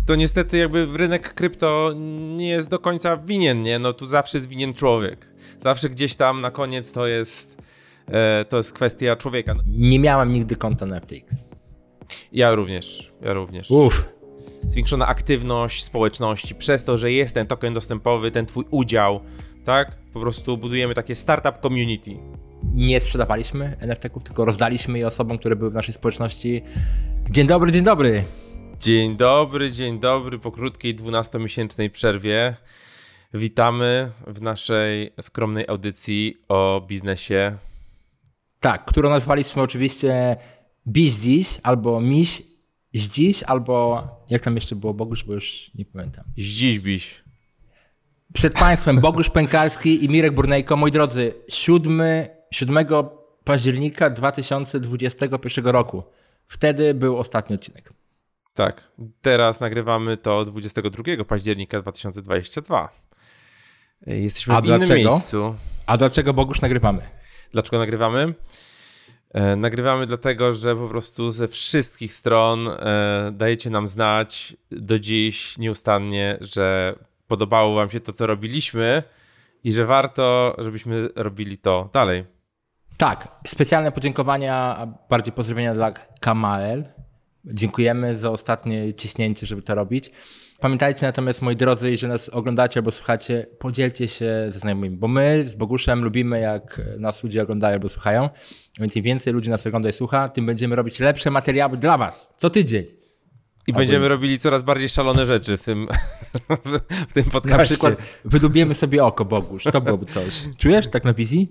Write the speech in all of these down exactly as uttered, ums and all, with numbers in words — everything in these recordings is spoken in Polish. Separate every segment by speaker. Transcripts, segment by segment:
Speaker 1: to niestety jakby rynek krypto nie jest do końca winien, nie? No tu zawsze jest winien człowiek. Zawsze gdzieś tam na koniec to jest, e, to jest kwestia człowieka.
Speaker 2: Nie miałem nigdy konta na F T X.
Speaker 1: Ja również, ja również.
Speaker 2: Uff.
Speaker 1: Zwiększona aktywność społeczności przez to, że jest ten token dostępowy, ten twój udział, tak? Po prostu budujemy takie startup community.
Speaker 2: Nie sprzedawaliśmy N F T-ków, tylko rozdaliśmy je osobom, które były w naszej społeczności. Dzień dobry, dzień dobry.
Speaker 1: Dzień dobry, dzień dobry. Po krótkiej dwunastomiesięcznej przerwie witamy w naszej skromnej audycji o biznesie.
Speaker 2: Tak, którą nazwaliśmy oczywiście Biś dziś, albo Miś dziś, albo jak tam jeszcze było, Bogusz, bo już nie pamiętam.
Speaker 1: Zdziś biś.
Speaker 2: Przed Państwem Bogusz Pękalski i Mirek Burnejko. Moi drodzy, siódmego października dwa tysiące dwudziestego pierwszego roku. Wtedy był ostatni odcinek.
Speaker 1: Tak, teraz nagrywamy to dwudziestego drugiego października dwa tysiące dwudziestego drugiego. Jesteśmy
Speaker 2: A
Speaker 1: w innym
Speaker 2: dlaczego?
Speaker 1: miejscu.
Speaker 2: A dlaczego, Bogusz, nagrywamy?
Speaker 1: Dlaczego nagrywamy? E, nagrywamy dlatego, że po prostu ze wszystkich stron e, dajecie nam znać do dziś nieustannie, że podobało wam się to, co robiliśmy i że warto, żebyśmy robili to dalej.
Speaker 2: Tak, specjalne podziękowania, a bardziej pozdrowienia dla Kamael. Dziękujemy za ostatnie ciśnięcie, żeby to robić. Pamiętajcie natomiast, moi drodzy, jeżeli nas oglądacie albo słuchacie, podzielcie się ze znajomymi, bo my z Boguszem lubimy, jak nas ludzie oglądają albo słuchają, więc im więcej ludzi nas ogląda i słucha, tym będziemy robić lepsze materiały dla was, co tydzień.
Speaker 1: I albo będziemy robili coraz bardziej szalone rzeczy w tym, w tym podcaście.
Speaker 2: Na przykład wydubiemy sobie oko, Bogusz, to byłoby coś. Czujesz tak na wizji?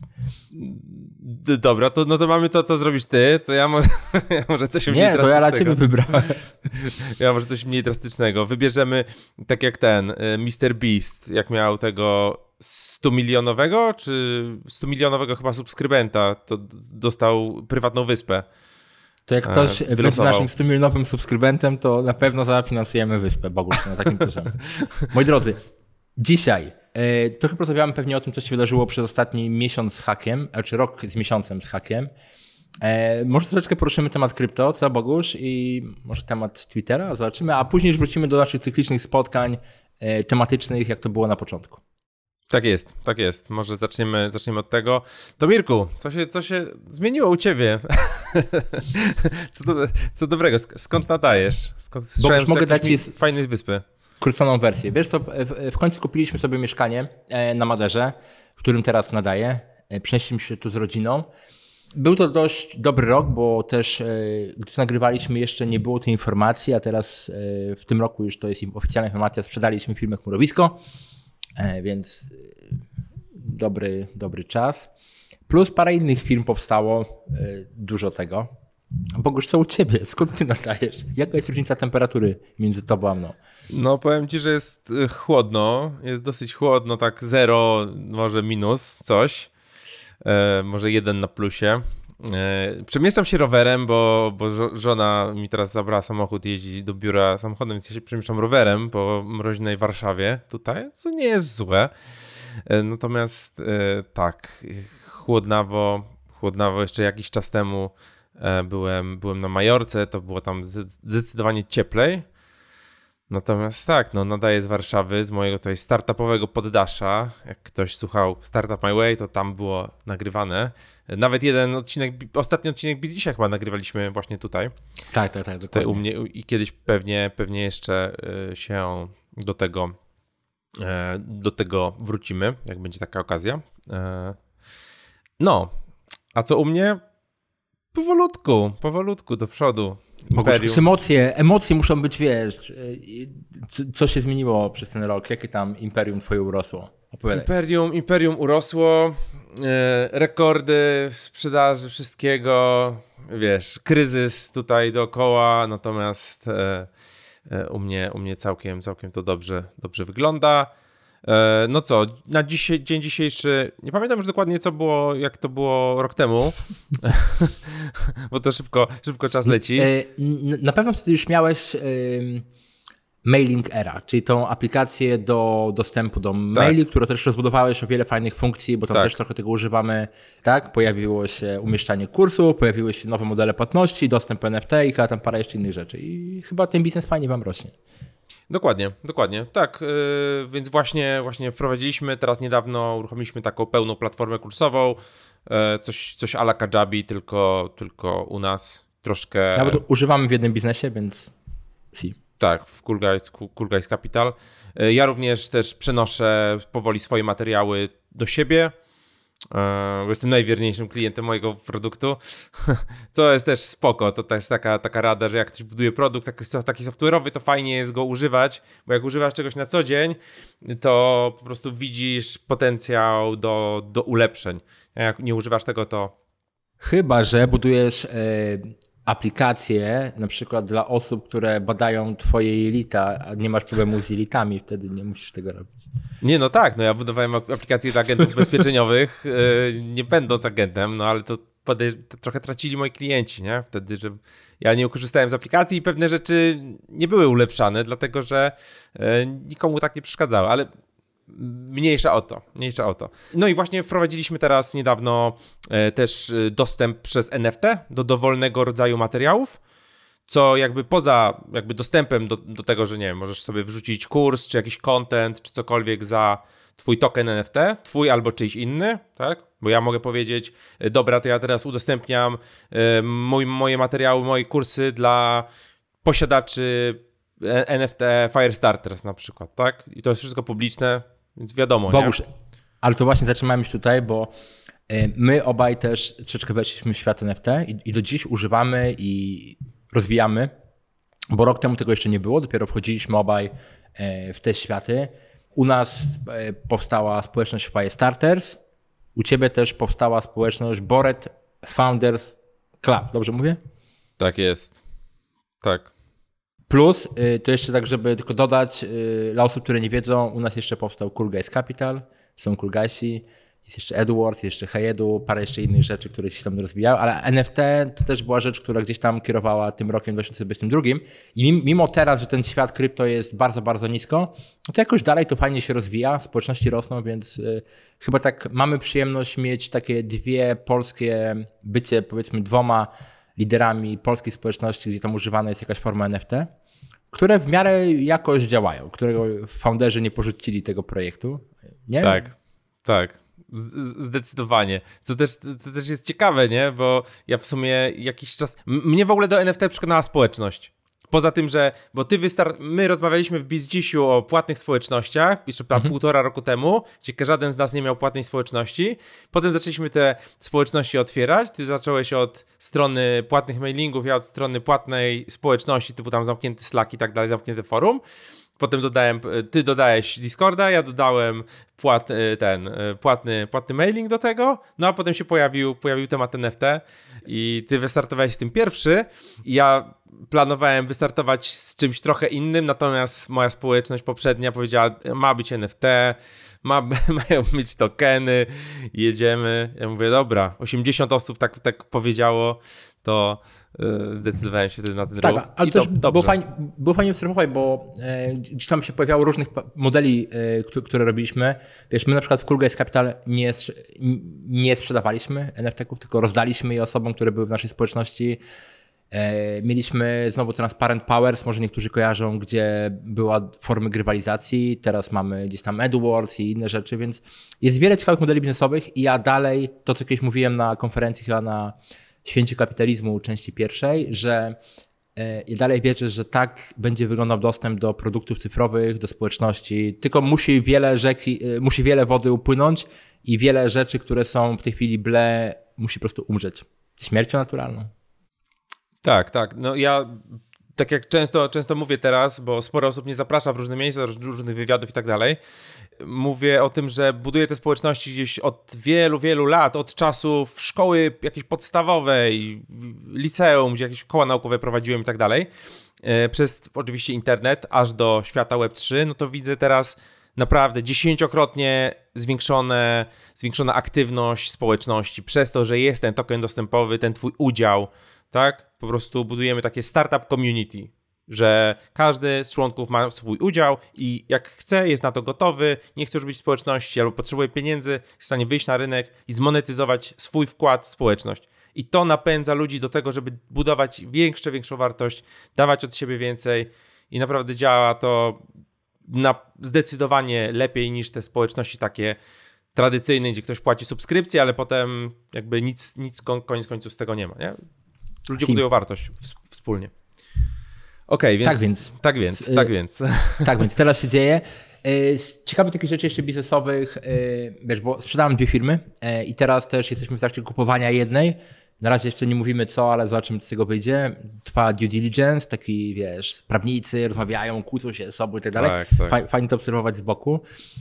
Speaker 1: Dobra, to, no to mamy to, co zrobisz ty, to ja może, ja może coś mniej
Speaker 2: Nie,
Speaker 1: drastycznego.
Speaker 2: to ja dla ciebie wybrałem.
Speaker 1: Ja może coś mniej drastycznego. Wybierzemy tak jak ten mister Beast, jak miał tego stu milionowego, czy stu milionowego chyba subskrybenta, to dostał prywatną wyspę.
Speaker 2: To jak ktoś
Speaker 1: e,
Speaker 2: będzie naszym stu milionowym subskrybentem, to na pewno zafinansujemy wyspę, Bogusz, na takim poziomie. Moi drodzy, dzisiaj trochę porozmawiamy pewnie o tym, co się wydarzyło przez ostatni miesiąc z hakiem, czy rok z miesiącem z hakiem. E, może troszeczkę poruszymy temat krypto, co Bogusz, i może temat Twittera, zobaczymy, a później już wrócimy do naszych cyklicznych spotkań e, tematycznych, jak to było na początku.
Speaker 1: Tak jest, tak jest. Może zaczniemy, zaczniemy od tego. To Mirku, co się, co się zmieniło u ciebie? co, do, co dobrego, skąd nadajesz? Skąd
Speaker 2: Bogusz, mogę dać ci
Speaker 1: fajnej wyspy?
Speaker 2: Skróconą wersję. Wiesz co, w, w końcu kupiliśmy sobie mieszkanie na Maderze, w którym teraz nadaję. Przenieśliśmy się tu z rodziną. Był to dość dobry rok, bo też gdy nagrywaliśmy, jeszcze nie było tej informacji, a teraz w tym roku już to jest oficjalna informacja, sprzedaliśmy firmę Chmurowisko, więc dobry, dobry czas. Plus parę innych firm powstało, dużo tego. Bogusz, co u ciebie? Skąd ty nadajesz? Jaka jest różnica temperatury między tobą a mną?
Speaker 1: No powiem ci, że jest chłodno, jest dosyć chłodno, tak zero, może minus coś, e, może jeden na plusie. E, przemieszczam się rowerem, bo, bo żona mi teraz zabrała samochód i jeździ do biura samochodem, więc ja się przemieszczam rowerem po mroźnej Warszawie tutaj, co nie jest złe. E, natomiast e, tak, chłodnawo, chłodnawo jeszcze jakiś czas temu e, byłem, byłem na Majorce, to było tam zdecydowanie cieplej. Natomiast tak, no nadaję z Warszawy, z mojego tutaj startupowego poddasza. Jak ktoś słuchał Startup My Way, to tam było nagrywane. Nawet jeden odcinek, ostatni odcinek Biz dzisiaj chyba nagrywaliśmy właśnie tutaj.
Speaker 2: Tak, tak, tak.
Speaker 1: Tutaj u mnie i kiedyś pewnie, pewnie jeszcze się do tego, do tego wrócimy, jak będzie taka okazja. No, a co u mnie? Powolutku, powolutku do przodu.
Speaker 2: Bogusz, emocje, emocje muszą być, wiesz, co się zmieniło przez ten rok? Jakie tam imperium twoje urosło? Opowiadaj.
Speaker 1: Imperium, imperium urosło, e, rekordy sprzedaży wszystkiego, wiesz, kryzys tutaj dookoła, natomiast e, e, u mnie, u mnie całkiem, całkiem to dobrze, dobrze wygląda. E, no co, na dzisiaj, dzień dzisiejszy, nie pamiętam już dokładnie co było, jak to było rok temu, bo to szybko, szybko czas leci.
Speaker 2: Na pewno wtedy już miałeś Mailing Era, czyli tą aplikację do dostępu do maili, tak. którą też rozbudowałeś o wiele fajnych funkcji, bo tam tak. też trochę tego używamy. Tak, pojawiło się umieszczanie kursów, pojawiły się nowe modele płatności, dostęp N F T i tam parę jeszcze innych rzeczy. I chyba ten biznes fajnie wam rośnie.
Speaker 1: Dokładnie, dokładnie. Tak, yy, więc właśnie, właśnie wprowadziliśmy, teraz niedawno uruchomiliśmy taką pełną platformę kursową, yy, coś, coś a la Kajabi, tylko, tylko u nas troszkę...
Speaker 2: Nawet używamy w jednym biznesie, więc si.
Speaker 1: Tak, w Cool Guys, Cool Guys Capital. Ja również też przenoszę powoli swoje materiały do siebie. Jestem najwierniejszym klientem mojego produktu, co jest też spoko. To też taka, taka rada, że jak ktoś buduje produkt taki, taki software'owy, to fajnie jest go używać, bo jak używasz czegoś na co dzień, to po prostu widzisz potencjał do, do ulepszeń. A jak nie używasz tego, to...
Speaker 2: Chyba że budujesz... Yy... aplikacje, na przykład dla osób, które badają twoje jelita, a nie masz problemu z jelitami, wtedy nie musisz tego robić.
Speaker 1: Nie, no tak, no ja budowałem aplikacje dla agentów ubezpieczeniowych, yy, nie będąc agentem, no ale to, podej- to trochę tracili moi klienci, nie? Wtedy, że ja nie korzystałem z aplikacji i pewne rzeczy nie były ulepszane, dlatego że yy, nikomu tak nie przeszkadzały, ale mniejsza o to, mniejsza o to. No i właśnie wprowadziliśmy teraz niedawno e, też dostęp przez N F T do dowolnego rodzaju materiałów, co jakby poza jakby dostępem do, do tego, że nie wiem, możesz sobie wrzucić kurs, czy jakiś content, czy cokolwiek za twój token N F T, twój albo czyjś inny, tak? Bo ja mogę powiedzieć, dobra, to ja teraz udostępniam e, mój, moje materiały, moje kursy dla posiadaczy N F T Firestarters na przykład, tak? I to jest wszystko publiczne, więc wiadomo,
Speaker 2: Bogusz,
Speaker 1: nie?
Speaker 2: Ale to właśnie zatrzymałem się tutaj, bo my obaj też troszeczkę weszliśmy w świat N F T i, i do dziś używamy i rozwijamy, bo rok temu tego jeszcze nie było, dopiero wchodziliśmy obaj w te światy. U nas powstała społeczność Firestarters, u ciebie też powstała społeczność Bored Founders Club, dobrze mówię?
Speaker 1: Tak jest, tak.
Speaker 2: Plus, to jeszcze tak, żeby tylko dodać, dla osób, które nie wiedzą, u nas jeszcze powstał Cool Guys Capital, są Cool Guysi, jest jeszcze Edwards, jeszcze Heyedu, parę jeszcze innych rzeczy, które się tam rozwijały, ale N F T to też była rzecz, która gdzieś tam kierowała tym rokiem dwa tysiące dwudziestym drugim i mimo teraz, że ten świat krypto jest bardzo, bardzo nisko, no to jakoś dalej to fajnie się rozwija, społeczności rosną, więc y, chyba tak mamy przyjemność mieć takie dwie polskie, bycie powiedzmy dwoma liderami polskiej społeczności, gdzie tam używana jest jakaś forma N F T, które w miarę jakoś działają, którego founderzy nie porzucili tego projektu. Nie?
Speaker 1: Tak, tak. Zdecydowanie. Co też, co też jest ciekawe, nie? Bo ja w sumie jakiś czas... Mnie w ogóle do N F T przekonała społeczność. Poza tym, że... Bo ty wystar... My rozmawialiśmy w BizDziesiu o płatnych społecznościach, jeszcze mhm. półtora roku temu, gdzie żaden z nas nie miał płatnej społeczności. Potem zaczęliśmy te społeczności otwierać. Ty zacząłeś od strony płatnych mailingów, ja od strony płatnej społeczności, typu tam zamknięty Slack i tak dalej, zamknięte forum. Potem dodałem, ty dodałeś Discorda, ja dodałem płat, ten, płatny, płatny mailing do tego, no a potem się pojawił, pojawił temat N F T i ty wystartowałeś z tym pierwszy. Ja planowałem wystartować z czymś trochę innym, natomiast moja społeczność poprzednia powiedziała, ma być N F T, ma, mają być tokeny, jedziemy. Ja mówię, dobra, osiemdziesiąt osób tak, tak powiedziało, to zdecydowałem się wtedy na ten
Speaker 2: tak,
Speaker 1: ruch.
Speaker 2: ale też było fajnie, było fajnie obserwować, bo e, gdzieś tam się pojawiało różnych modeli, e, które, które robiliśmy. Wiesz, my na przykład w Cool Guys Capital nie, nie sprzedawaliśmy N F T-ków, tylko rozdaliśmy je osobom, które były w naszej społeczności. E, mieliśmy znowu Transparent Powers, może niektórzy kojarzą, gdzie była formy grywalizacji. Teraz mamy gdzieś tam AdWords i inne rzeczy, więc jest wiele ciekawych modeli biznesowych i ja dalej, to co kiedyś mówiłem na konferencji chyba na Święcie Kapitalizmu części pierwszej, że ja dalej wierzę, że tak będzie wyglądał dostęp do produktów cyfrowych, do społeczności, tylko musi wiele rzeki, musi wiele wody upłynąć i wiele rzeczy, które są w tej chwili ble, musi po prostu umrzeć śmiercią naturalną.
Speaker 1: Tak, tak. No ja tak jak często, często mówię teraz, bo sporo osób mnie zaprasza w różne miejsca, różnych wywiadów i tak dalej, mówię o tym, że buduję te społeczności gdzieś od wielu, wielu lat, od czasów szkoły jakiejś podstawowej, liceum, gdzie jakieś koła naukowe prowadziłem i tak dalej, przez oczywiście internet, aż do świata web trzy, no to widzę teraz naprawdę dziesięciokrotnie zwiększone, zwiększona aktywność społeczności przez to, że jest ten token dostępowy, ten twój udział, tak? Po prostu budujemy takie startup community. że każdy z członków ma swój udział i jak chce, jest na to gotowy, nie chce już być w społeczności albo potrzebuje pieniędzy, jest w stanie wyjść na rynek i zmonetyzować swój wkład w społeczność. I to napędza ludzi do tego, żeby budować większą, większą wartość, dawać od siebie więcej i naprawdę działa to na zdecydowanie lepiej niż te społeczności takie tradycyjne, gdzie ktoś płaci subskrypcję, ale potem jakby nic, nic koniec końców z tego nie ma, nie? Ludzie Sim. budują wartość w, wspólnie. Okej, okay, więc,
Speaker 2: tak więc.
Speaker 1: Tak więc, tak więc. Tak
Speaker 2: więc teraz się dzieje. Z ciekawych takich rzeczy jeszcze biznesowych, wiesz, bo sprzedałem dwie firmy i teraz też jesteśmy w trakcie kupowania jednej. Na razie jeszcze nie mówimy co, ale zobaczymy, co z tego wyjdzie. Trwa due diligence, taki wiesz, prawnicy rozmawiają, kłócą się ze sobą i tak dalej.
Speaker 1: Tak, tak.
Speaker 2: Fajnie to obserwować z boku.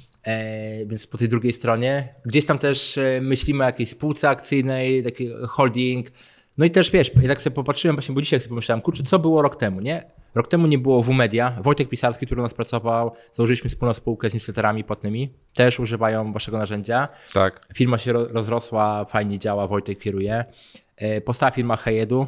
Speaker 2: E, więc po tej drugiej stronie. Gdzieś tam też myślimy o jakiejś spółce akcyjnej, taki holding. No i też wiesz, ja tak sobie popatrzyłem, właśnie bo dzisiaj sobie pomyślałem, kurczę, co było rok temu, nie? Rok temu nie było W-Media. Wojtek Pisarski, który u nas pracował, założyliśmy wspólną spółkę z newsletterami płatnymi. Też używają waszego narzędzia.
Speaker 1: Tak.
Speaker 2: Firma się rozrosła, fajnie działa, Wojtek kieruje. Powstała firma Hejedu,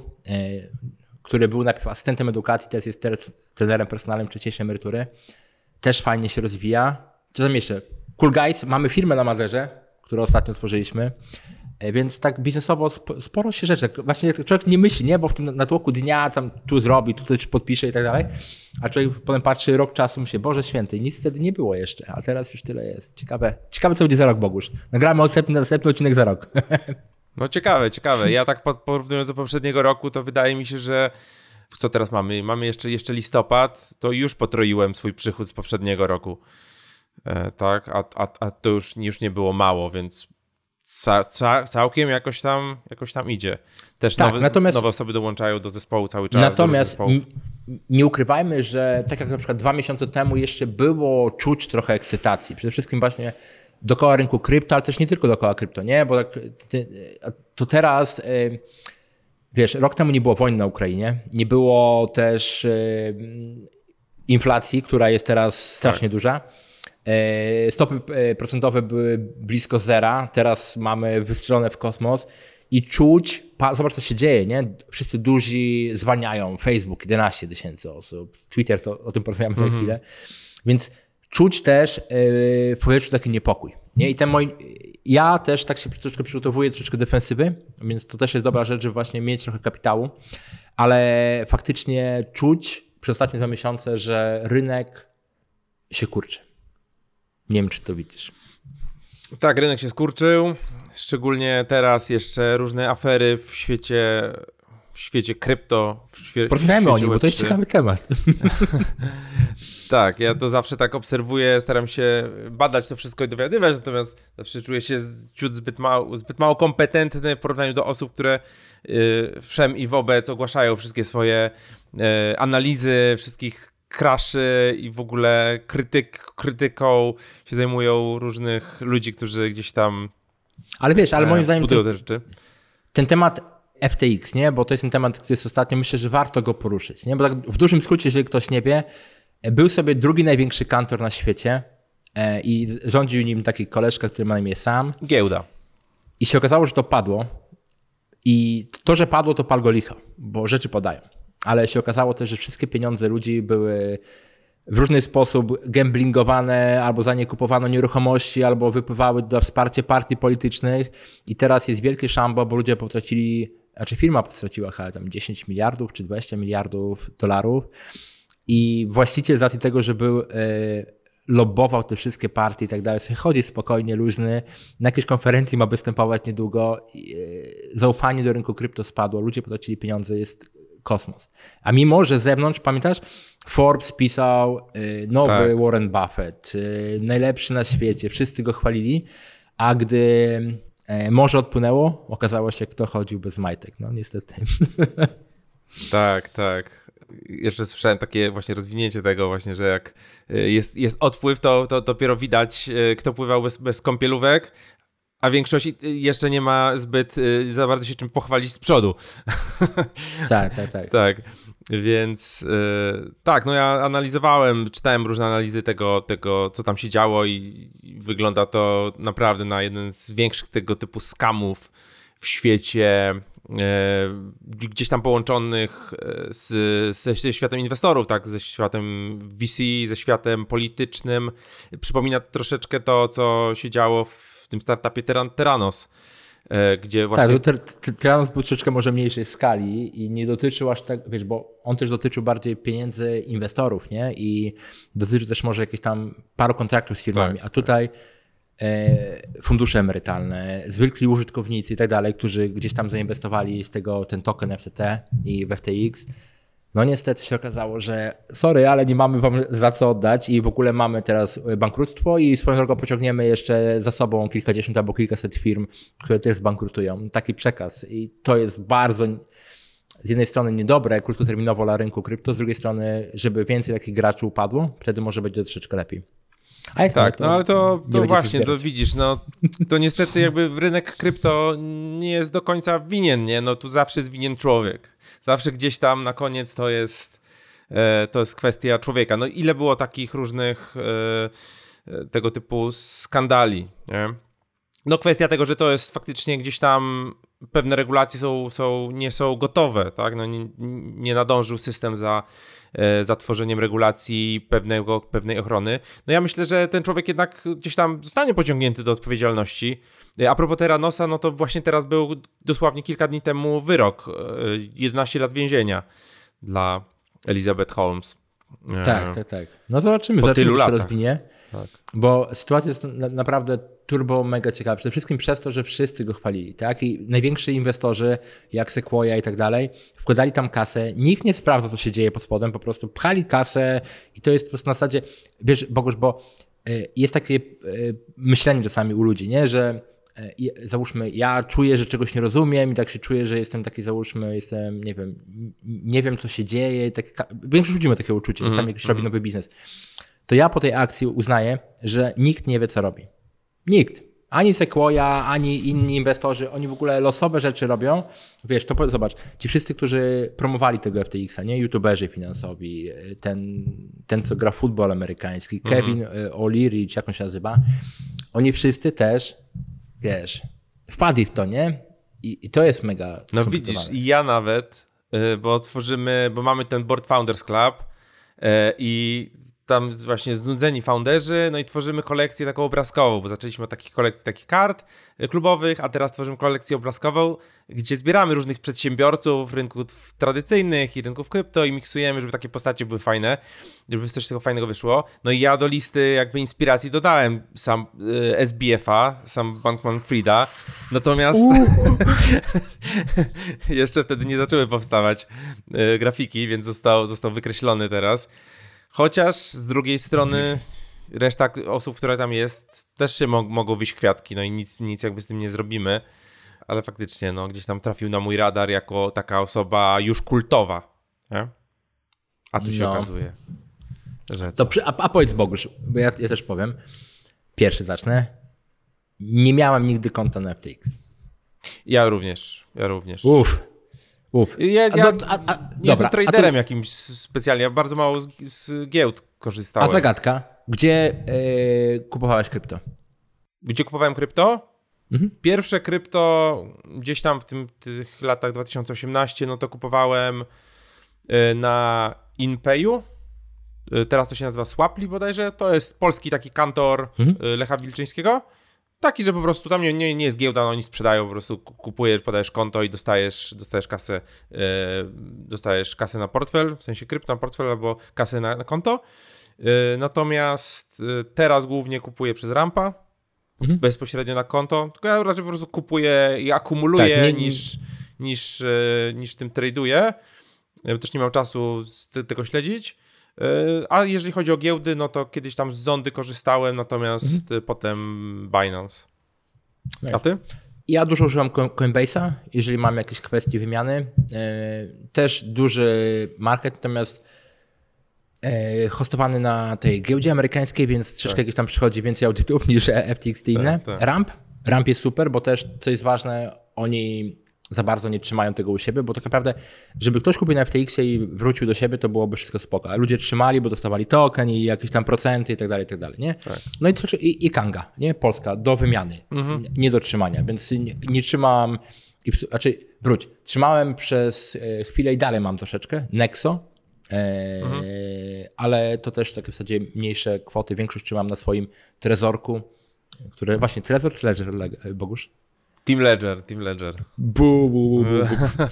Speaker 2: który był najpierw asystentem edukacji, teraz jest trenerem personalnym wcześniejszej emerytury. Też fajnie się rozwija. Co tam jeszcze? Cool Guys, mamy firmę na Maderze, którą ostatnio otworzyliśmy. Więc tak biznesowo sporo się rzeczy. Właśnie człowiek nie myśli, nie? Bo w tym natłoku dnia tam tu zrobi, tu coś podpisze i tak dalej. A człowiek potem patrzy rok czasu i myśli, Boże Święty, nic wtedy nie było jeszcze, a teraz już tyle jest. Ciekawe, ciekawe co będzie za rok, Bogusz. Nagramy następny, następny odcinek za rok.
Speaker 1: No ciekawe, ciekawe. Ja tak porównując do poprzedniego roku, to wydaje mi się, że co teraz mamy? Mamy jeszcze, jeszcze listopad, to już potroiłem swój przychód z poprzedniego roku. E, tak, a, a, a to już, już nie było mało, więc ca, ca, całkiem jakoś tam, jakoś tam idzie. Też tak, nowe, natomiast, nowe osoby dołączają do zespołu cały czas.
Speaker 2: Natomiast n- nie ukrywajmy, że tak jak na przykład dwa miesiące temu jeszcze było czuć trochę ekscytacji. Przede wszystkim właśnie dookoła rynku krypto, ale też nie tylko dookoła krypto, nie? Bo tak, to teraz, wiesz, rok temu nie było wojny na Ukrainie, nie było też inflacji, która jest teraz strasznie tak. duża. Stopy procentowe były blisko zera, teraz mamy wystrzelone w kosmos i czuć, zobacz co się dzieje, nie? Wszyscy duzi zwalniają, Facebook jedenaście tysięcy osób, Twitter, to o tym porozmawiamy mm-hmm. za chwilę, więc czuć też w powietrzu taki niepokój. Nie? I ten moi, ja też tak się troszeczkę przygotowuję, troszeczkę defensywy, więc to też jest dobra rzecz, żeby właśnie mieć trochę kapitału, ale faktycznie czuć przez ostatnie dwa miesiące, że rynek się kurczy. Nie wiem, czy to widzisz.
Speaker 1: Tak, rynek się skurczył, szczególnie teraz jeszcze różne afery w świecie, w świecie krypto. W świe-
Speaker 2: Porozmawiamy o nim, bo to jest ciekawy temat.
Speaker 1: Tak, ja to zawsze tak obserwuję, staram się badać to wszystko i dowiadywać, natomiast zawsze czuję się ciut zbyt mało, zbyt mało kompetentny w porównaniu do osób, które yy, wszem i wobec ogłaszają wszystkie swoje yy, analizy, wszystkich crashy i w ogóle krytyk, krytyką się zajmują różnych ludzi, którzy gdzieś tam
Speaker 2: ale wiesz, ale moim zdaniem
Speaker 1: budują
Speaker 2: ten,
Speaker 1: te rzeczy.
Speaker 2: Ten temat F T X, nie? Bo to jest ten temat, który jest ostatnio, myślę, że warto go poruszyć, nie? Bo tak w dużym skrócie, jeżeli ktoś nie wie, był sobie drugi największy kantor na świecie i rządził nim taki koleżka, który ma na imię Sam.
Speaker 1: Giełda.
Speaker 2: I się okazało, że to padło i to, że padło, to pal go licho, bo rzeczy padają. Ale się okazało też, że wszystkie pieniądze ludzi były w różny sposób gamblingowane, albo za nie kupowano nieruchomości, albo wypływały do wsparcia partii politycznych i teraz jest wielkie szambo, bo ludzie potracili, znaczy firma potraciła chyba tam dziesięć miliardów czy dwadzieścia miliardów dolarów i właściciel z racji tego, że był, yy, lobbował te wszystkie partie i tak dalej, sobie chodzi spokojnie, luźny, na jakiejś konferencji ma występować niedługo, yy, zaufanie do rynku krypto spadło, ludzie potracili pieniądze, jest kosmos. A mimo, że z zewnątrz, pamiętasz, Forbes pisał y, nowy tak. Warren Buffett, y, najlepszy na świecie, wszyscy go chwalili, a gdy y, morze odpłynęło, okazało się, kto chodził bez majtek. No niestety.
Speaker 1: Tak, tak. Jeszcze słyszałem takie właśnie rozwinięcie tego właśnie, że jak jest, jest odpływ, to, to dopiero widać, kto pływał bez, bez kąpielówek, a większość jeszcze nie ma zbyt za bardzo się czym pochwalić z przodu.
Speaker 2: Tak, tak, tak.
Speaker 1: Tak, więc yy, tak, no ja analizowałem, czytałem różne analizy tego, tego, co tam się działo i, i wygląda to naprawdę na jeden z większych tego typu skamów w świecie gdzieś tam połączonych z, ze, ze światem inwestorów, tak, ze światem V C, ze światem politycznym. Przypomina troszeczkę to, co się działo w tym startupie Theranos, gdzie właśnie...
Speaker 2: Tak, Theranos był troszeczkę może mniejszej skali i nie dotyczył aż tak, wiesz, bo on też dotyczył bardziej pieniędzy inwestorów, nie? I dotyczył też może jakieś tam paru kontraktów z firmami, tak, a tutaj fundusze emerytalne, zwykli użytkownicy i tak dalej, którzy gdzieś tam zainwestowali w tego, ten token F T T i w F T X. No niestety się okazało, że sorry, ale nie mamy wam za co oddać i w ogóle mamy teraz bankructwo i swoją drogą pociągniemy jeszcze za sobą kilkadziesiąt albo kilkaset firm, które też zbankrutują. Taki przekaz i to jest bardzo z jednej strony niedobre krótkoterminowo dla rynku krypto, z drugiej strony, żeby więcej takich graczy upadło, wtedy może będzie troszeczkę lepiej.
Speaker 1: A tak, no ale to, to właśnie, to widzisz, no to niestety jakby rynek krypto nie jest do końca winien, nie? No tu zawsze jest winien człowiek. Zawsze gdzieś tam na koniec to jest, e, to jest kwestia człowieka. No ile było takich różnych e, tego typu skandali, nie? No kwestia tego, że to jest faktycznie gdzieś tam pewne regulacje są, są, nie są gotowe, tak? No nie, nie nadążył system za, za tworzeniem regulacji pewnego, pewnej ochrony. No ja myślę, że ten człowiek jednak gdzieś tam zostanie pociągnięty do odpowiedzialności. A propos Theranosa, no to właśnie teraz był dosłownie kilka dni temu wyrok, jedenaście lat więzienia dla Elizabeth Holmes.
Speaker 2: Tak, tak, tak. No zobaczymy,
Speaker 1: po
Speaker 2: zobaczymy,
Speaker 1: tylu
Speaker 2: co się
Speaker 1: latach.
Speaker 2: rozwinie,
Speaker 1: tak.
Speaker 2: Bo sytuacja jest na, naprawdę turbo mega ciekawa. Przede wszystkim przez to, że wszyscy go chwalili, tak? I najwięksi inwestorzy, jak Sequoia i tak dalej, wkładali tam kasę. Nikt nie sprawdza, co się dzieje pod spodem, po prostu pchali kasę i to jest po prostu na zasadzie, wiesz, Bogusz, bo jest takie myślenie czasami u ludzi, nie? Że załóżmy, ja czuję, że czegoś nie rozumiem i tak się czuję, że jestem taki, załóżmy, jestem, nie wiem, nie wiem, co się dzieje. Tak, większość ludzi ma takie uczucie, mm-hmm. czasami ktoś mm-hmm. robi nowy biznes. To ja po tej akcji uznaję, że nikt nie wie, co robi. Nikt. Ani Sequoia, ani inni inwestorzy, oni w ogóle losowe rzeczy robią. Wiesz, to zobacz, ci wszyscy, którzy promowali tego F T X-a, nie? YouTuberzy finansowi, ten, ten co gra w futbol amerykański, mm-hmm. Kevin O'Leary, czy jak on się nazywa, oni wszyscy też, wiesz, wpadli w to, nie? I, i to jest mega.
Speaker 1: No widzisz, i ja nawet, bo tworzymy, bo mamy ten Board Founders Club i tam właśnie znudzeni founderzy, no i tworzymy kolekcję taką obrazkową, bo zaczęliśmy od takich kolekcji takich kart klubowych, a teraz tworzymy kolekcję obrazkową, gdzie zbieramy różnych przedsiębiorców rynków tradycyjnych i rynków krypto i miksujemy, żeby takie postacie były fajne, żeby coś tego fajnego wyszło. No i ja do listy jakby inspiracji dodałem sam y, S B F-a, sam Bankman-Frieda, natomiast jeszcze wtedy nie zaczęły powstawać y, grafiki, więc został, został wykreślony teraz. Chociaż z drugiej strony reszta osób, która tam jest, też się mo- mogą wyjść kwiatki, no i nic, nic jakby z tym nie zrobimy, ale faktycznie no, gdzieś tam trafił na mój radar jako taka osoba już kultowa, nie? A tu się no. okazuje, że to...
Speaker 2: to przy, a, a powiedz Bogusz, bo ja, ja też powiem, pierwszy zacznę, nie miałem nigdy konta na F T X.
Speaker 1: Ja również, ja również.
Speaker 2: Uff. Uf.
Speaker 1: Ja, ja
Speaker 2: a do, a, a,
Speaker 1: nie
Speaker 2: dobra,
Speaker 1: jestem traderem
Speaker 2: to...
Speaker 1: jakimś specjalnie, ja bardzo mało z, z giełd korzystałem.
Speaker 2: A zagadka, gdzie yy, kupowałeś krypto?
Speaker 1: Gdzie kupowałem krypto?
Speaker 2: Mhm.
Speaker 1: Pierwsze krypto gdzieś tam w tym, tych latach dwa tysiące osiemnaście, no to kupowałem yy, na InPayu. Yy, teraz to się nazywa Swaply bodajże. To jest polski taki kantor mhm. yy, Lecha Wilczyńskiego. Taki, że po prostu tam nie, nie, nie jest giełda, no oni sprzedają, po prostu kupujesz, podajesz konto i dostajesz, dostajesz kasę yy, dostajesz kasę na portfel, w sensie krypto na portfel albo kasę na, na konto. Yy, natomiast yy, teraz głównie kupuję przez Rampa, mhm. bezpośrednio na konto, tylko ja raczej po prostu kupuję i akumuluję tak, nie, niż, niż, yy, niż tym traduję. Ja też nie mam czasu z te, tego śledzić. A jeżeli chodzi o giełdy, no to kiedyś tam z Zondy korzystałem, natomiast mhm. potem Binance. Nice. A ty?
Speaker 2: Ja dużo używam Coinbase'a, jeżeli mam jakieś kwestie wymiany. Też duży market, natomiast hostowany na tej giełdzie amerykańskiej, więc troszeczkę tak. jakieś tam przychodzi więcej audytów niż F T X i inne. Tak, tak. Ramp. Ramp jest super, bo też, co jest ważne, oni za bardzo nie trzymają tego u siebie, bo tak naprawdę, żeby ktoś kupił na F T X-ie i wrócił do siebie, to byłoby wszystko spoko. A ludzie trzymali, bo dostawali token i jakieś tam procenty i tak dalej, i tak dalej, nie? Tak. No i, i, i Kanga, nie? Polska, do wymiany, mhm. nie do trzymania, więc nie, nie trzymam I, znaczy, wróć, trzymałem przez chwilę i dalej mam troszeczkę, Nexo, e, mhm. ale to też w takiej zasadzie mniejsze kwoty. Większość trzymam na swoim Trezorku, który właśnie, Trezor czy Ledger, Bogusz?
Speaker 1: Team Ledger, Team Ledger.
Speaker 2: Bu, bu, bu, bu.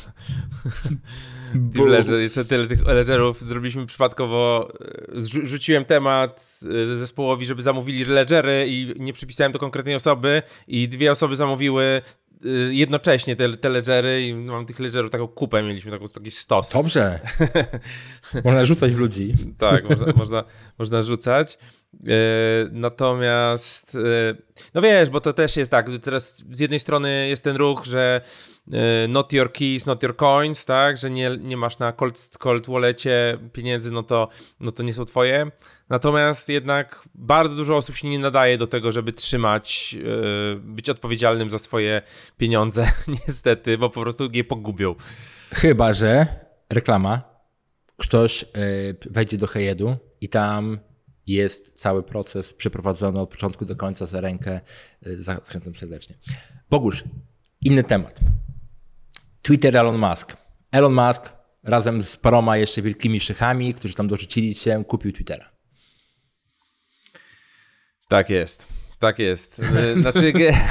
Speaker 1: Team Ledger, jeszcze tyle tych Ledgerów zrobiliśmy przypadkowo, zrzu- rzuciłem temat zespołowi, żeby zamówili Ledgery i nie przypisałem do konkretnej osoby i dwie osoby zamówiły jednocześnie te, te ledgery i mam tych ledgerów taką kupę, mieliśmy taką, taki stos.
Speaker 2: Dobrze. Można rzucać w ludzi.
Speaker 1: Tak, można, można, można rzucać. Natomiast, no wiesz, bo to też jest tak, teraz z jednej strony jest ten ruch, że not your keys, not your coins, tak, że nie, nie masz na cold, cold wallecie pieniędzy, no to, no to nie są twoje. Natomiast jednak bardzo dużo osób się nie nadaje do tego, żeby trzymać, być odpowiedzialnym za swoje pieniądze, niestety, bo po prostu je pogubią.
Speaker 2: Chyba że reklama, ktoś wejdzie do Hejedu i tam jest cały proces przeprowadzony od początku do końca za rękę. Zachęcam serdecznie. Bogusz, inny temat. Twitter Elon Musk. Elon Musk razem z paroma jeszcze wielkimi szychami, którzy tam dorzucili się, kupił Twittera.
Speaker 1: Tak jest. Tak jest. Znaczy,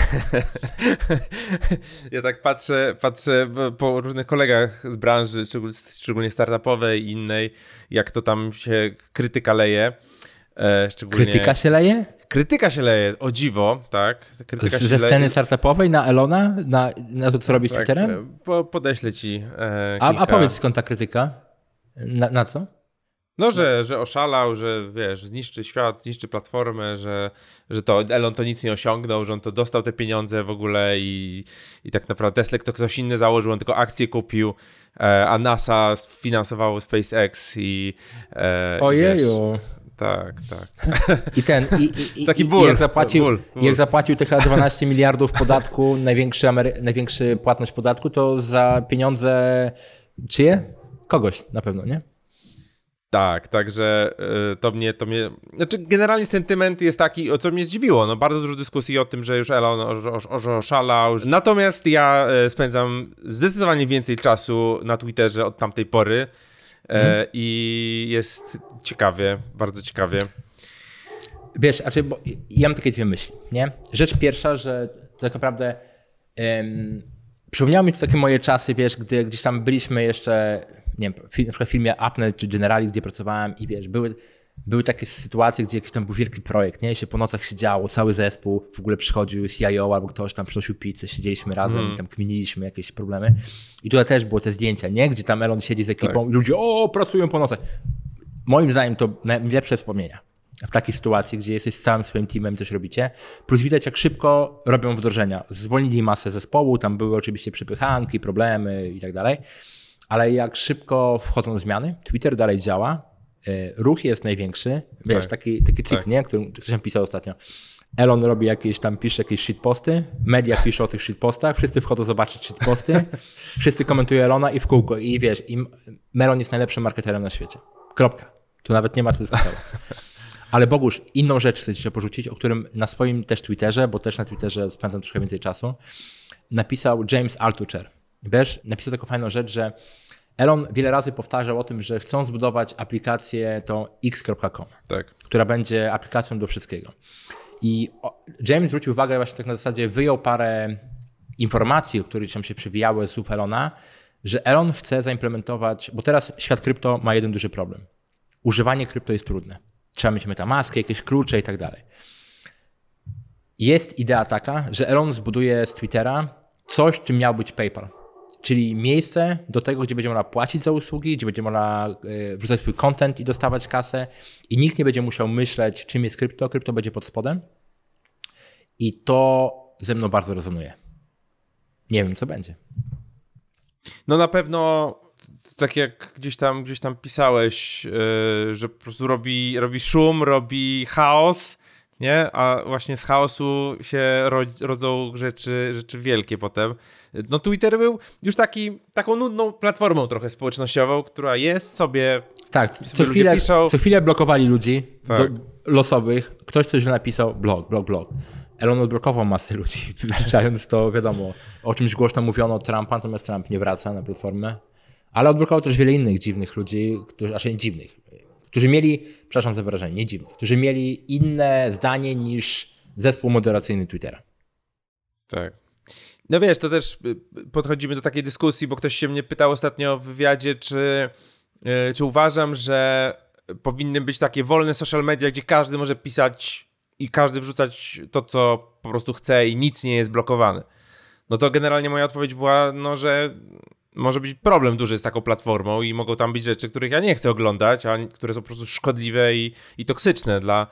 Speaker 1: ja tak patrzę, patrzę po różnych kolegach z branży, szczególnie startupowej i innej, jak to tam się krytyka leje. Szczególnie...
Speaker 2: Krytyka się leje?
Speaker 1: Krytyka się leje, o dziwo, tak. Krytyka
Speaker 2: Z, ze sceny leje. Startupowej na Elona? Na, na to, co robi z tak, Twitterem?
Speaker 1: Po, podeślę ci e,
Speaker 2: a, a powiedz, skąd ta krytyka? Na, na co?
Speaker 1: No, że, że oszalał, że wiesz, zniszczy świat, zniszczy platformę, że, że to Elon to nic nie osiągnął, że on to dostał te pieniądze w ogóle i, i tak naprawdę Tesla to ktoś inny założył, on tylko akcje kupił, e, a NASA finansowało SpaceX i e,
Speaker 2: ojeju.
Speaker 1: Wiesz, tak, tak.
Speaker 2: I ten, i, i,
Speaker 1: Taki
Speaker 2: i,
Speaker 1: ból,
Speaker 2: i jak zapłacił,
Speaker 1: ból, ból.
Speaker 2: jak zapłacił tych dwanaście miliardów podatku, największy, Amery- największy płatność podatku, to za pieniądze czyje? Kogoś na pewno, nie?
Speaker 1: Tak, także y, to mnie, to mnie, znaczy generalnie sentyment jest taki, o co mnie zdziwiło, no bardzo dużo dyskusji o tym, że już Elon oszalał, natomiast ja y, spędzam zdecydowanie więcej czasu na Twitterze od tamtej pory y, mhm. i jest ciekawie, bardzo ciekawie.
Speaker 2: Wiesz, znaczy, bo ja mam takie dwie myśli, nie? Rzecz pierwsza, że tak naprawdę um, przypomniało mi to takie moje czasy, wiesz, gdy gdzieś tam byliśmy jeszcze, nie wiem, na przykład w filmie Appnet czy Generali, gdzie pracowałem i wiesz, były, były takie sytuacje, gdzie jakiś tam był wielki projekt, nie? I się po nocach siedziało, cały zespół, w ogóle przychodził C I O albo ktoś tam przynosił pizzę, siedzieliśmy razem mm. i tam kminiliśmy jakieś problemy. I tutaj też było te zdjęcia, nie? Gdzie tam Elon siedzi z ekipą tak. i ludzie, o, pracują po nocach. Moim zdaniem to najlepsze wspomnienia. W takiej sytuacji, gdzie jesteś z całym swoim teamem, coś robicie. Plus widać, jak szybko robią wdrożenia. Zwolnili masę zespołu, tam były oczywiście przepychanki, problemy i tak dalej, ale jak szybko wchodzą zmiany, Twitter dalej działa, ruch jest największy. Wiesz, tak. taki, taki cykl, tak. nie? Który ktoś tam pisał ostatnio. Elon robi jakieś tam, pisze jakieś shitposty, media piszą o tych shitpostach, wszyscy wchodzą zobaczyć shitposty, wszyscy komentują Elona i w kółko. I wiesz, i Elon jest najlepszym marketerem na świecie. Kropka. Tu nawet nie ma co dyskutować. Ale Bogusz, inną rzecz chcę Ci porzucić, o którym na swoim też Twitterze, bo też na Twitterze spędzam troszkę więcej czasu, napisał James Altucher. Wiesz, napisał taką fajną rzecz, że Elon wiele razy powtarzał o tym, że chcą zbudować aplikację tą X kropka com,
Speaker 1: tak.
Speaker 2: która będzie aplikacją do wszystkiego. I James zwrócił uwagę, właśnie tak na zasadzie wyjął parę informacji, które tam się przewijały z słów Elona, że Elon chce zaimplementować, bo teraz świat krypto ma jeden duży problem. Używanie krypto jest trudne. Trzeba mieć metamaski, jakieś klucze i tak dalej. Jest idea taka, że Elon zbuduje z Twittera coś, czym miał być PayPal. Czyli miejsce do tego, gdzie będzie można płacić za usługi, gdzie będzie można wrzucać swój content i dostawać kasę i nikt nie będzie musiał myśleć, czym jest krypto. Krypto będzie pod spodem i to ze mną bardzo rezonuje. Nie wiem, co będzie.
Speaker 1: No na pewno, tak jak gdzieś tam, gdzieś tam pisałeś, yy, że po prostu robi, robi szum, robi chaos, nie? A właśnie z chaosu się rodzą rzeczy, rzeczy wielkie potem. No Twitter był już taki, taką nudną platformą trochę społecznościową, która jest sobie...
Speaker 2: Tak, co chwilę, co chwilę blokowali ludzi tak. do, losowych. Ktoś coś napisał, blog, blog, blog. Elon odblokował masę ludzi, wyliczając to, wiadomo, o czymś głośno mówiono Trumpa, natomiast Trump nie wraca na platformę. Ale odblokował też wiele innych dziwnych ludzi, którzy, znaczy dziwnych, którzy mieli, przepraszam za wyrażenie, nie dziwnych, którzy mieli inne zdanie niż zespół moderacyjny Twittera.
Speaker 1: Tak. No wiesz, to też podchodzimy do takiej dyskusji, bo ktoś się mnie pytał ostatnio w wywiadzie, czy, czy uważam, że powinny być takie wolne social media, gdzie każdy może pisać i każdy wrzucać to, co po prostu chce i nic nie jest blokowane. No to generalnie moja odpowiedź była, no, że może być problem duży z taką platformą i mogą tam być rzeczy, których ja nie chcę oglądać, a które są po prostu szkodliwe i, i toksyczne dla,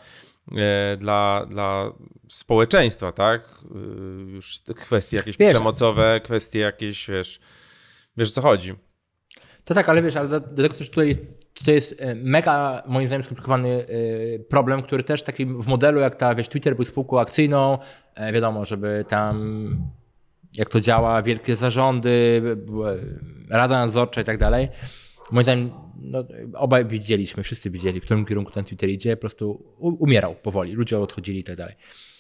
Speaker 1: e, dla, dla społeczeństwa, tak? E, już kwestie jakieś wiesz, przemocowe, kwestie jakieś, wiesz, wiesz o co chodzi.
Speaker 2: To tak, ale wiesz, ale dlatego też tutaj to jest mega, moim zdaniem, skomplikowany problem, który też taki w modelu, jak ta, wiesz, Twitter był spółką akcyjną, wiadomo, żeby tam, jak to działa, wielkie zarządy, rada nadzorcza i tak dalej. Moim zdaniem, no, obaj widzieliśmy, wszyscy widzieli, w którym kierunku ten Twitter idzie, po prostu umierał powoli, ludzie odchodzili i tak dalej.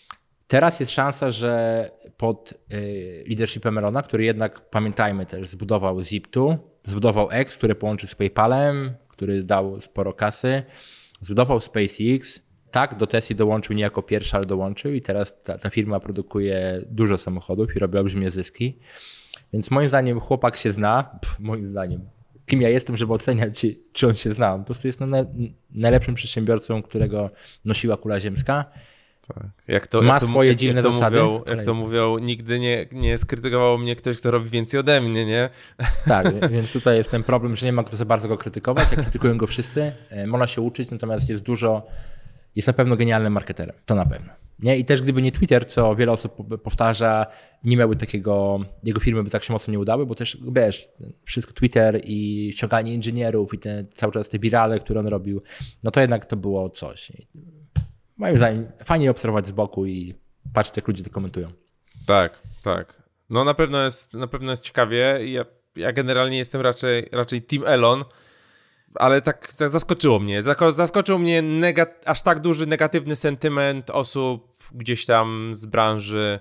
Speaker 2: Teraz jest szansa, że pod y, leadershipem Elona, który jednak, pamiętajmy też, zbudował Zip two, zbudował X, który połączy z PayPalem, który dał sporo kasy, zbudował SpaceX, tak, do Tesli dołączył nie jako pierwszy, ale dołączył i teraz ta, ta firma produkuje dużo samochodów i robi olbrzymie zyski. Więc moim zdaniem chłopak się zna, pff, moim zdaniem, kim ja jestem, żeby oceniać, czy on się zna. On po prostu jest no, na, najlepszym przedsiębiorcą, którego nosiła kula ziemska.
Speaker 1: Tak. Jak to,
Speaker 2: ma
Speaker 1: jak to,
Speaker 2: swoje
Speaker 1: jak,
Speaker 2: dziwne
Speaker 1: jak to
Speaker 2: zasady.
Speaker 1: Mówią, jak to mówią, nigdy nie, nie skrytykował mnie ktoś, kto robi więcej ode mnie, nie?
Speaker 2: Tak, więc tutaj jest ten problem, że nie ma kto za bardzo go krytykować, jak krytykują go wszyscy. Można się uczyć, natomiast jest dużo, jest na pewno genialnym marketerem, to na pewno. Nie? I też gdyby nie Twitter, co wiele osób powtarza, nie miałby takiego, jego firmy by tak się mocno nie udały, bo też, wiesz, wszystko Twitter i ściąganie inżynierów i te, cały czas te wirale, które on robił, no to jednak to było coś. Moim zdaniem fajnie obserwować z boku i patrzeć, jak ludzie to komentują.
Speaker 1: Tak, tak. No na pewno jest, na pewno jest ciekawie. Ja, ja generalnie jestem raczej, raczej Team Elon, ale tak, tak zaskoczyło mnie. Zaskoczył mnie negat- aż tak duży negatywny sentyment osób gdzieś tam z branży,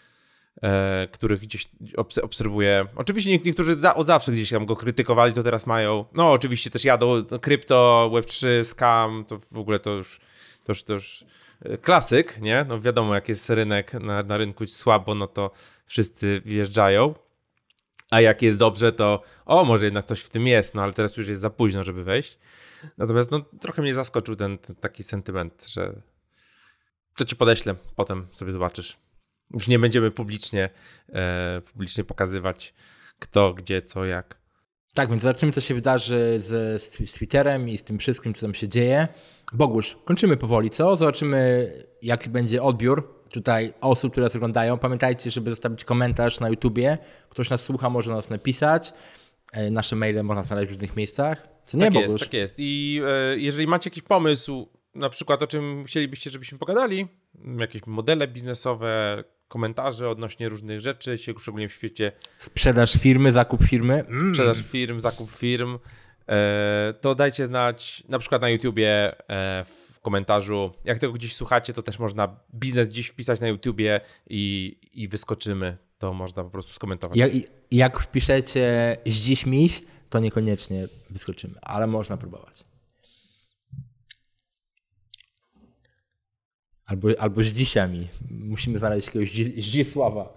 Speaker 1: e, których gdzieś obs- obserwuję. Oczywiście niektórzy za- od zawsze gdzieś tam go krytykowali, co teraz mają. No oczywiście też jadą krypto, web trzy, scam, to w ogóle to już To już, to już klasyk, nie? No wiadomo, jak jest rynek na, na rynku słabo, no to wszyscy wjeżdżają. A jak jest dobrze, to o, może jednak coś w tym jest, no ale teraz już jest za późno, żeby wejść. Natomiast no trochę mnie zaskoczył ten, ten taki sentyment, że to ci podeślę, potem sobie zobaczysz. Już nie będziemy publicznie, e, publicznie pokazywać kto, gdzie, co, jak.
Speaker 2: Tak, więc zobaczymy, co się wydarzy z, z Twitterem i z tym wszystkim, co tam się dzieje. Bogusz, kończymy powoli, co? Zobaczymy, jaki będzie odbiór tutaj osób, które nas oglądają. Pamiętajcie, żeby zostawić komentarz na YouTubie. Ktoś nas słucha, może nas napisać. Nasze maile można znaleźć w różnych miejscach. Co nie,
Speaker 1: tak
Speaker 2: Bogusz?
Speaker 1: jest, tak jest. I e, jeżeli macie jakiś pomysł, na przykład o czym chcielibyście, żebyśmy pogadali, jakieś modele biznesowe, komentarze odnośnie różnych rzeczy, szczególnie w świecie...
Speaker 2: Sprzedaż firmy, zakup firmy.
Speaker 1: Mm. Sprzedaż firm, zakup firm. E, to dajcie znać na przykład na YouTubie e, w komentarzu. Jak tego gdzieś słuchacie, to też można biznes gdzieś wpisać na YouTubie i, i wyskoczymy. To można po prostu skomentować.
Speaker 2: Jak, jak wpiszecie zdziś miś, to niekoniecznie wyskoczymy, ale można próbować. Albo, albo Zdzisiami. Musimy znaleźć jakiegoś Zdzisława.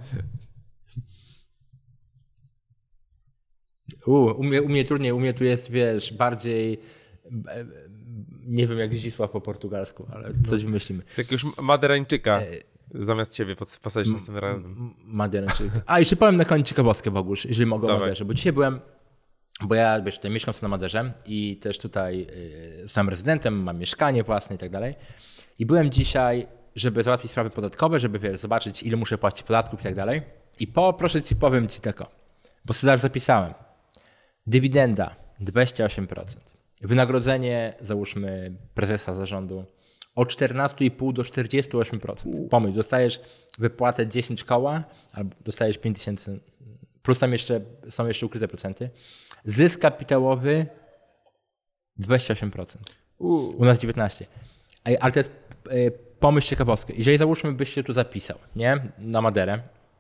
Speaker 2: U, u, mnie, u mnie trudniej, u mnie tu jest, wiesz, bardziej, nie wiem jak Zdzisław po portugalsku, ale coś wymyślimy.
Speaker 1: Jakiegoś Maderańczyka e... zamiast ciebie posadzić następnym razem.
Speaker 2: Maderańczyk. A jeszcze powiem na koniec ciekawostkę, Bogusz, jeżeli mogę o Maderze, bo dzisiaj byłem, bo ja, wiesz, tutaj mieszkam sobie na Maderze i też tutaj y, jestem rezydentem, mam mieszkanie własne i tak dalej. I byłem dzisiaj, żeby załatwić sprawy podatkowe, żeby, wiesz, zobaczyć, ile muszę płacić podatków i tak dalej. I po, proszę ci, powiem ci tako, bo sobie zapisałem. Dywidenda dwadzieścia osiem procent. Wynagrodzenie, załóżmy, prezesa zarządu od czternaście i pół do czterdzieści osiem procent. Pomyśl, dostajesz wypłatę dziesięć koła, albo dostajesz pięć tysięcy, plus tam jeszcze są jeszcze ukryte procenty. Zysk kapitałowy dwadzieścia osiem procent. U nas dziewiętnaście procent. Ale to jest pomyśl ciekawostkę. Jeżeli załóżmy byś się tu zapisał, nie? Na Maderę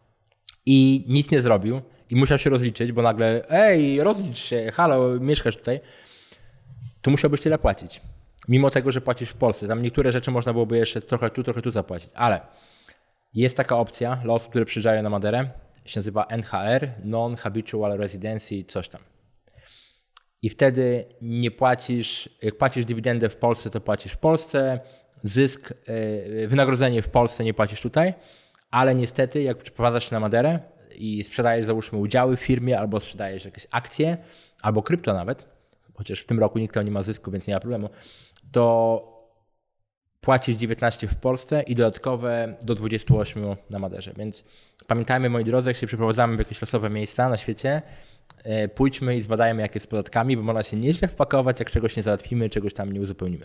Speaker 2: i nic nie zrobił i musiał się rozliczyć, bo nagle ej, rozlicz się, halo, mieszkasz tutaj, to musiałbyś tyle płacić. Mimo tego, że płacisz w Polsce. Tam niektóre rzeczy można byłoby jeszcze trochę tu, trochę tu zapłacić, ale jest taka opcja dla osób, które przyjeżdżają na Maderę, się nazywa N H R, Non-Habitual Residency, coś tam. I wtedy nie płacisz, jak płacisz dywidendę w Polsce, to płacisz w Polsce, zysk, wynagrodzenie w Polsce nie płacisz tutaj, ale niestety jak przeprowadzasz się na Maderę i sprzedajesz załóżmy udziały w firmie, albo sprzedajesz jakieś akcje, albo krypto nawet, chociaż w tym roku nikt tam nie ma zysku, więc nie ma problemu, to płacisz dziewiętnaście w Polsce i dodatkowe do dwudziestu ośmiu na Maderze. Więc pamiętajmy, moi drodzy, jak się przeprowadzamy w jakieś losowe miejsca na świecie, pójdźmy i zbadajmy, jak jest z podatkami, bo można się nieźle wpakować, jak czegoś nie załatwimy, czegoś tam nie uzupełnimy.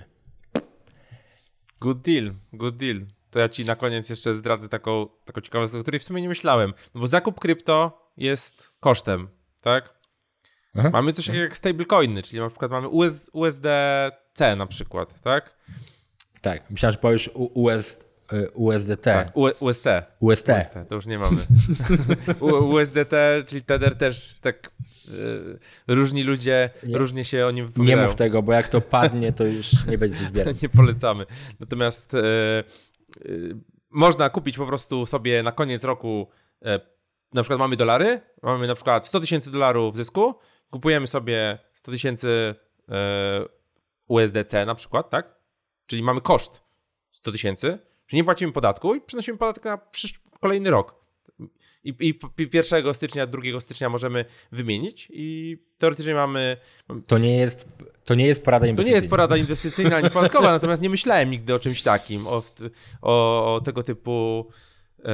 Speaker 1: Good deal, good deal. To ja ci na koniec jeszcze zdradzę taką, taką ciekawostkę, o której w sumie nie myślałem. No bo zakup krypto jest kosztem, tak? Aha. Mamy coś takiego jak stablecoiny, czyli na przykład mamy U S D C na przykład, tak?
Speaker 2: Tak, myślałem, że powiesz U S, U S D T.
Speaker 1: Tak, U S T.
Speaker 2: U S T.
Speaker 1: U S T, to już nie mamy. U S D T, czyli Tether też tak yy, różni ludzie nie, różnie się o nim wypowiadają.
Speaker 2: Nie mów tego, bo jak to padnie, to już nie będzie zbierać.
Speaker 1: Nie polecamy. Natomiast yy, yy, można kupić po prostu sobie na koniec roku, yy, na przykład mamy dolary, mamy na przykład sto tysięcy dolarów zysku, kupujemy sobie sto tysięcy yy, U S D C na przykład, tak? Czyli mamy koszt sto tysięcy, czyli nie płacimy podatku i przynosimy podatek na przysz- kolejny rok. I, I pierwszego stycznia, drugiego stycznia możemy wymienić i teoretycznie mamy...
Speaker 2: To nie jest, to nie jest porada inwestycyjna.
Speaker 1: To nie jest porada inwestycyjna ani podatkowa, natomiast nie myślałem nigdy o czymś takim, o, o, o tego typu e,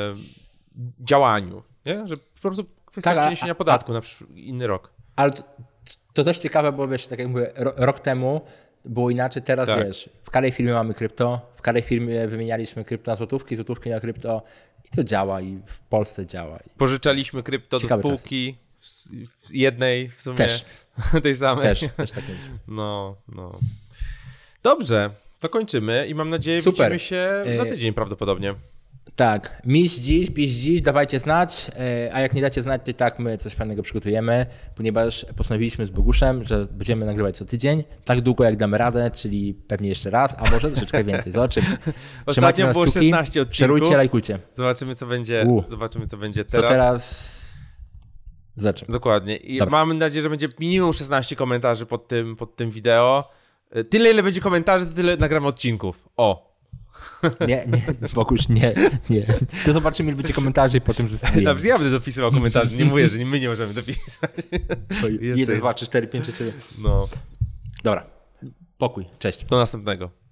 Speaker 1: działaniu, nie? Że po prostu kwestia tak, przeniesienia a, podatku a, na przysz- inny rok.
Speaker 2: Ale to, to też ciekawe, bo wiesz, tak jak mówię, rok temu było inaczej, teraz tak. Wiesz, w każdej firmie mamy krypto, w każdej firmie wymienialiśmy krypto na złotówki, złotówki na krypto i to działa i w Polsce działa.
Speaker 1: Pożyczaliśmy krypto ciekawe do spółki w jednej w sumie,
Speaker 2: też.
Speaker 1: tej samej.
Speaker 2: Też, też tak jest.
Speaker 1: No, no. Dobrze, to kończymy i mam nadzieję,
Speaker 2: Super.
Speaker 1: widzimy się za tydzień prawdopodobnie.
Speaker 2: Tak, miś dziś, pisz dziś, dawajcie znać, a jak nie dacie znać, to i tak my coś fajnego przygotujemy, ponieważ postanowiliśmy z Boguszem, że będziemy nagrywać co tydzień, tak długo jak damy radę, czyli pewnie jeszcze raz, a może troszeczkę więcej, zobaczymy.
Speaker 1: Ostatnio było kciuki, szesnaście odcinków.
Speaker 2: Szerujcie, lajkujcie.
Speaker 1: Zobaczymy co będzie, U. zobaczymy co będzie teraz.
Speaker 2: To teraz zaczynamy.
Speaker 1: Dokładnie i Dobra. Mamy nadzieję, że będzie minimum szesnaście komentarzy pod tym, pod tym wideo. Tyle ile będzie komentarzy, to tyle nagramy odcinków. O!
Speaker 2: Nie, nie, Bogusz, nie, nie. To zobaczymy, ile będzie komentarzy i potem zdecydujemy.
Speaker 1: Dobrze, ja będę dopisywał komentarzy, nie mówię, że my nie możemy dopisać.
Speaker 2: jeden, dwa, trzy, cztery, pięć, sześć, siedem.
Speaker 1: No.
Speaker 2: Dobra, pokój, cześć.
Speaker 1: Do następnego.